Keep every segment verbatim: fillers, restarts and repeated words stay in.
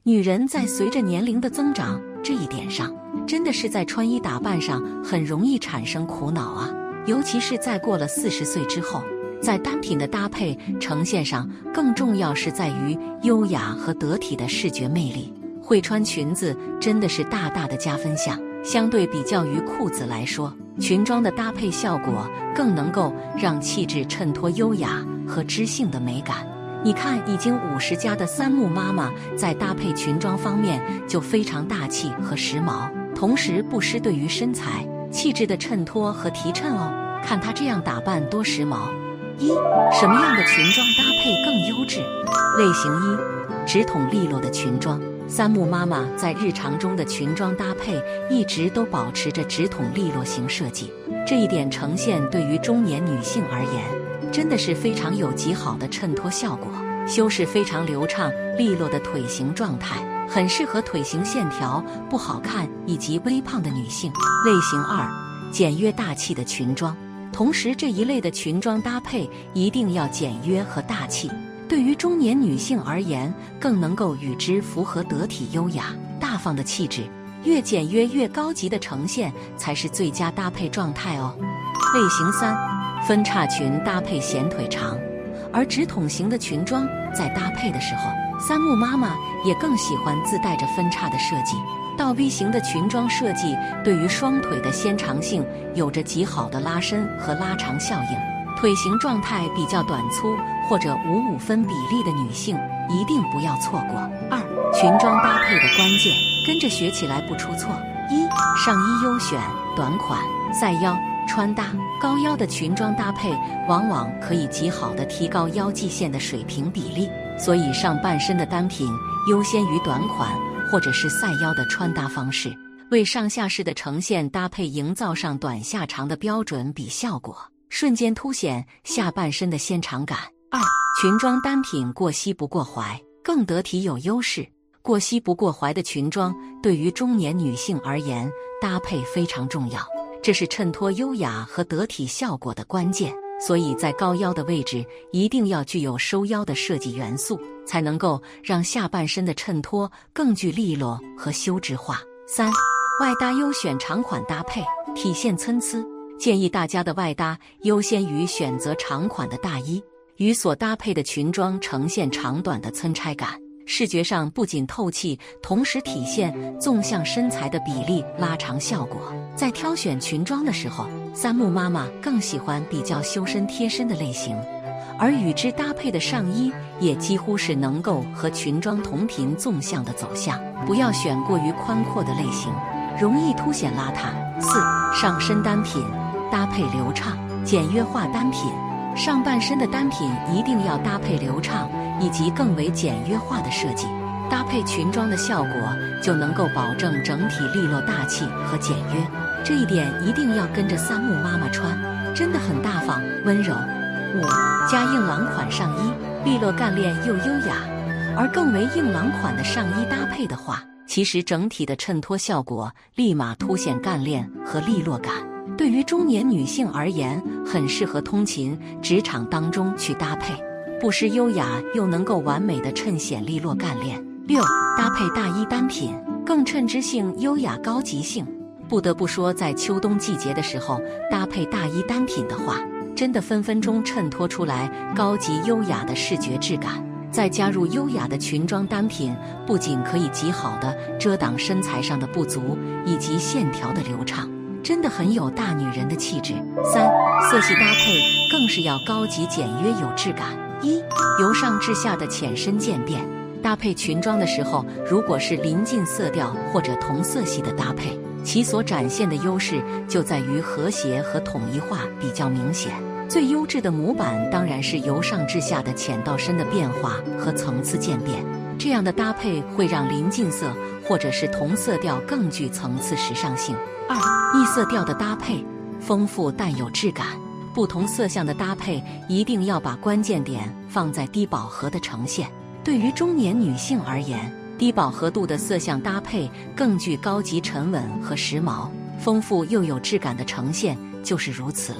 女人在随着年龄的增长这一点上，真的是在穿衣打扮上很容易产生苦恼啊，尤其是在过了四十岁之后，在单品的搭配呈现上，更重要是在于优雅和得体的视觉魅力。会穿裙子真的是大大的加分项，相对比较于裤子来说，裙装的搭配效果更能够让气质衬托优雅和知性的美感。你看，已经五十加的三木妈妈在搭配裙装方面就非常大气和时髦，同时不失对于身材气质的衬托和提衬哦。看她这样打扮多时髦！一、什么样的裙装搭配更优质？类型一：直筒利落的裙装。三木妈妈在日常中的裙装搭配一直都保持着直筒利落型设计，这一点呈现对于中年女性而言，真的是非常有极好的衬托效果，修饰非常流畅利落的腿型状态，很适合腿型线条不好看以及微胖的女性。类型二：简约大气的裙装。同时，这一类的裙装搭配一定要简约和大气，对于中年女性而言，更能够与之符合得体优雅大方的气质，越简约越高级的呈现才是最佳搭配状态哦。类型三：分叉裙搭配显腿长。而直筒型的裙装在搭配的时候，三木妈妈也更喜欢自带着分叉的设计。倒 V 型的裙装设计对于双腿的纤长性有着极好的拉伸和拉长效应，腿型状态比较短粗或者五五分比例的女性一定不要错过。二、裙装搭配的关键，跟着学起来不出错。一、上衣优选短款赛腰穿搭。高腰的裙装搭配往往可以极好的提高腰际线的水平比例，所以上半身的单品优先于短款或者是赛腰的穿搭方式，为上下式的呈现搭配营造上短下长的标准比效果，瞬间凸显下半身的纤长感。二、裙装单品过膝不过踝，更得体有优势。过膝不过踝的裙装对于中年女性而言，搭配非常重要，这是衬托优雅和得体效果的关键，所以在高腰的位置一定要具有收腰的设计元素，才能够让下半身的衬托更具利落和修直化。三、外搭优选长款搭配，体现参差，建议大家的外搭优先于选择长款的大衣，与所搭配的裙装呈现长短的参差感，视觉上不仅透气，同时体现纵向身材的比例拉长效果。在挑选裙装的时候，三木妈妈更喜欢比较修身贴身的类型，而与之搭配的上衣也几乎是能够和裙装同频纵向的走向，不要选过于宽阔的类型，容易凸显邋遢。四、上身单品搭配流畅简约化单品。上半身的单品一定要搭配流畅以及更为简约化的设计，搭配裙装的效果就能够保证整体利落大气和简约，这一点一定要跟着三木妈妈穿，真的很大方温柔。五、加硬朗款上衣，利落干练又优雅。而更为硬朗款的上衣搭配的话，其实整体的衬托效果立马凸显干练和利落感，对于中年女性而言，很适合通勤职场当中去搭配，不失优雅又能够完美的衬显利落干练。六、搭配大衣单品，更衬之性优雅高级性。不得不说，在秋冬季节的时候搭配大衣单品的话，真的分分钟衬托出来高级优雅的视觉质感。再加入优雅的裙装单品，不仅可以极好的遮挡身材上的不足以及线条的流畅，真的很有大女人的气质。三、色系搭配更是要高级简约有质感。一、由上至下的浅深渐变，搭配裙装的时候，如果是临近色调或者同色系的搭配，其所展现的优势就在于和谐和统一化比较明显。最优质的模板当然是由上至下的浅到深的变化和层次渐变，这样的搭配会让临近色或者是同色调更具层次时尚性。二、异色调的搭配，丰富但有质感。不同色相的搭配一定要把关键点放在低饱和的呈现。对于中年女性而言，低饱和度的色相搭配更具高级沉稳和时髦，丰富又有质感的呈现就是如此了。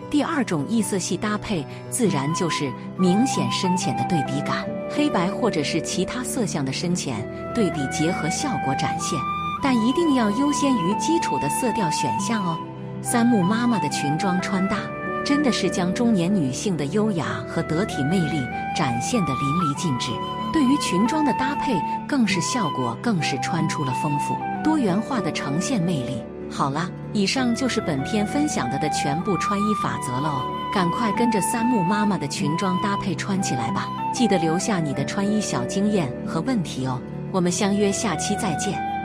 第二种异色系搭配，自然就是明显深浅的对比感，黑白或者是其他色相的深浅对比结合效果展现，但一定要优先于基础的色调选项哦。三木妈妈的裙装穿搭，真的是将中年女性的优雅和得体魅力展现得淋漓尽致。对于裙装的搭配，更是效果更是穿出了丰富多元化的呈现魅力。好了，以上就是本片分享的的全部穿衣法则了哦，赶快跟着三木妈妈的裙装搭配穿起来吧！记得留下你的穿衣小经验和问题哦。我们相约下期再见。